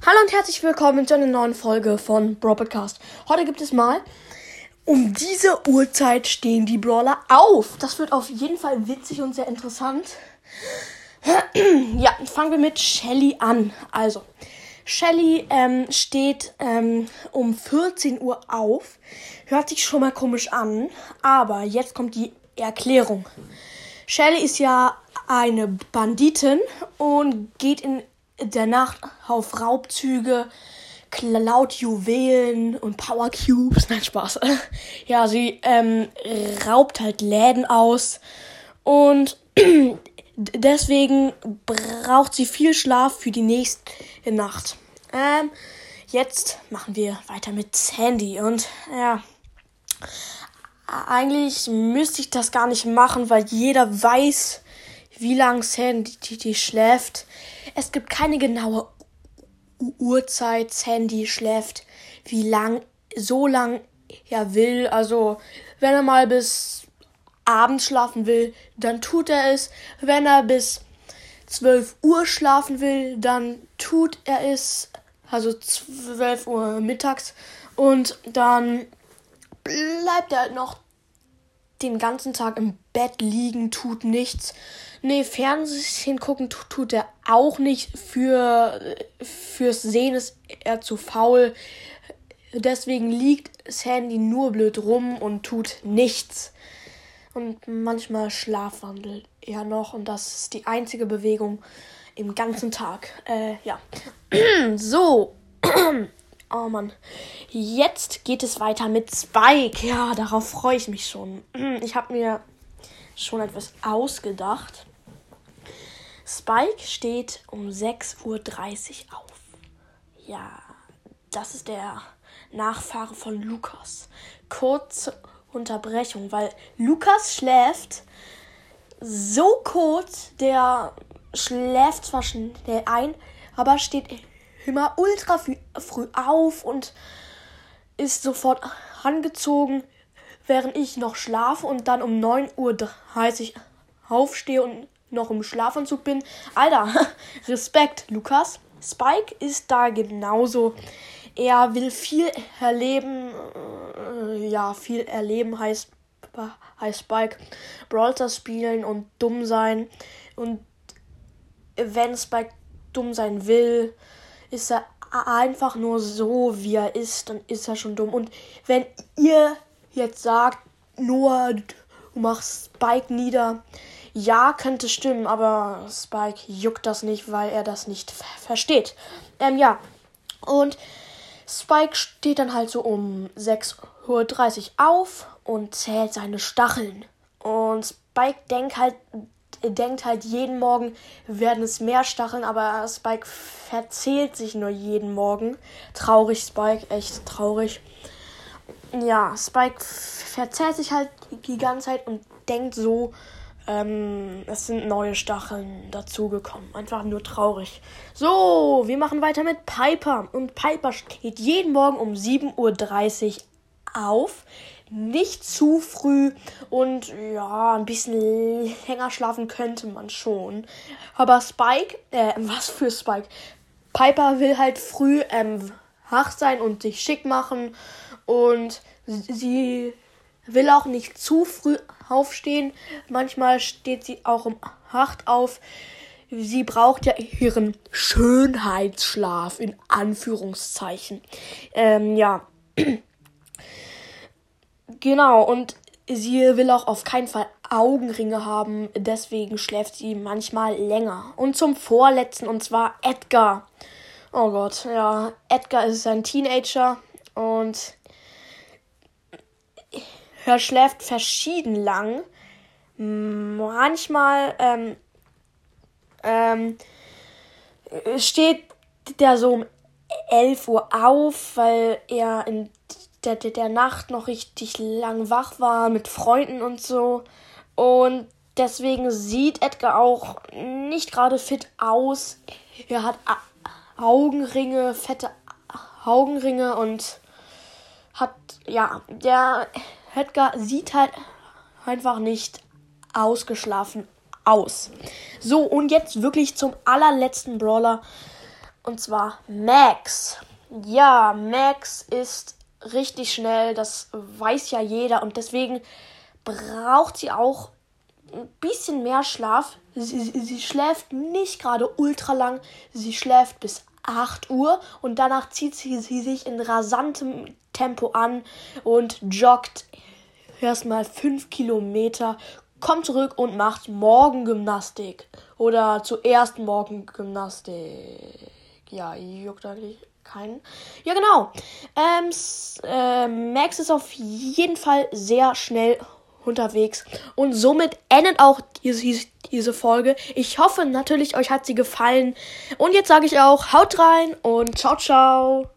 Hallo und herzlich willkommen zu einer neuen Folge von Brawl Podcast. Heute gibt es mal, um diese Uhrzeit stehen die Brawler auf. Das wird auf jeden Fall witzig und sehr interessant. Ja, fangen wir mit Shelly an. Also, Shelly steht um 14 Uhr auf. Hört sich schon mal komisch an, aber jetzt kommt die Erklärung. Shelly ist ja eine Banditin und geht in der Nacht auf Raubzüge, klaut Juwelen und Power Cubes. Nein, Spaß. Ja, sie raubt halt Läden aus und deswegen braucht sie viel Schlaf für die nächste Nacht. Jetzt machen wir weiter mit Sandy und ja, eigentlich müsste ich das gar nicht machen, weil jeder weiß, wie lang Sandy schläft. Es gibt keine genaue Uhrzeit. Sandy schläft so lang er will. Also, wenn er mal bis abends schlafen will, dann tut er es. Wenn er bis 12 Uhr schlafen will, dann tut er es. Also 12 Uhr mittags. Und dann bleibt er halt noch den ganzen Tag im Bett liegen, tut nichts. Nee, Fernsehen gucken tut er auch nicht. Fürs Sehen ist er zu faul. Deswegen liegt Sandy nur blöd rum und tut nichts. Und manchmal schlafwandelt er noch. Und das ist die einzige Bewegung im ganzen Tag. Ja. So. Oh Mann. Jetzt geht es weiter mit Spike. Ja, darauf freue ich mich schon. Ich habe mir schon etwas ausgedacht. Spike steht um 6:30 Uhr auf. Ja, das ist der Nachfahre von Lukas. Kurze Unterbrechung, weil Lukas schläft so kurz, der schläft zwar schnell ein, aber steht immer ultra früh auf und ist sofort angezogen, während ich noch schlafe und dann um 9:30 Uhr aufstehe und noch im Schlafanzug bin. Alter, Respekt, Lukas. Spike ist da genauso. Er will viel erleben. Ja, viel erleben heißt Spike. Brawl Stars spielen und dumm sein. Und wenn Spike dumm sein will, ist er einfach nur so, wie er ist, dann ist er schon dumm. Und wenn ihr jetzt sagt, Noah, du machst Spike nieder, ja, könnte stimmen, aber Spike juckt das nicht, weil er das nicht versteht. Ja, und Spike steht dann halt so um 6:30 Uhr auf und zählt seine Stacheln. Und Spike denkt halt jeden Morgen werden es mehr Stacheln, aber Spike verzählt sich nur jeden Morgen. Traurig, Spike, echt traurig. Ja, Spike verzählt sich halt die ganze Zeit und denkt so, es sind neue Stacheln dazugekommen. Einfach nur traurig. So, wir machen weiter mit Piper. Und Piper steht jeden Morgen um 7:30 Uhr auf. Nicht zu früh und ja, ein bisschen länger schlafen könnte man schon. Aber Spike, was für Spike? Piper will halt früh wach sein und sich schick machen und sie will auch nicht zu früh aufstehen. Manchmal steht sie auch um 8 auf. Sie braucht ja ihren Schönheitsschlaf, in Anführungszeichen. Ja. Genau, und sie will auch auf keinen Fall Augenringe haben. Deswegen schläft sie manchmal länger. Und zum Vorletzten, und zwar Edgar. Oh Gott, ja. Edgar ist ein Teenager und er schläft verschieden lang. Manchmal steht der so um 11 Uhr auf, weil er in der Nacht noch richtig lang wach war mit Freunden und so. Und deswegen sieht Edgar auch nicht gerade fit aus. Er hat Augenringe, fette Augenringe und hat, ja, der Edgar sieht halt einfach nicht ausgeschlafen aus. So, und jetzt wirklich zum allerletzten Brawler. Und zwar Max. Ja, Max ist richtig schnell, das weiß ja jeder. Und deswegen braucht sie auch ein bisschen mehr Schlaf. Sie schläft nicht gerade ultra lang. Sie schläft bis 8 Uhr und danach zieht sie sich in rasantem Tempo an und joggt erstmal 5 Kilometer, kommt zurück und macht Morgengymnastik. Oder zuerst Morgengymnastik. Ja, juckt eigentlich keinen. Ja, genau. Max ist auf jeden Fall sehr schnell unterwegs. Und somit endet auch diese Folge. Ich hoffe natürlich, euch hat sie gefallen. Und jetzt sage ich auch, haut rein und ciao, ciao.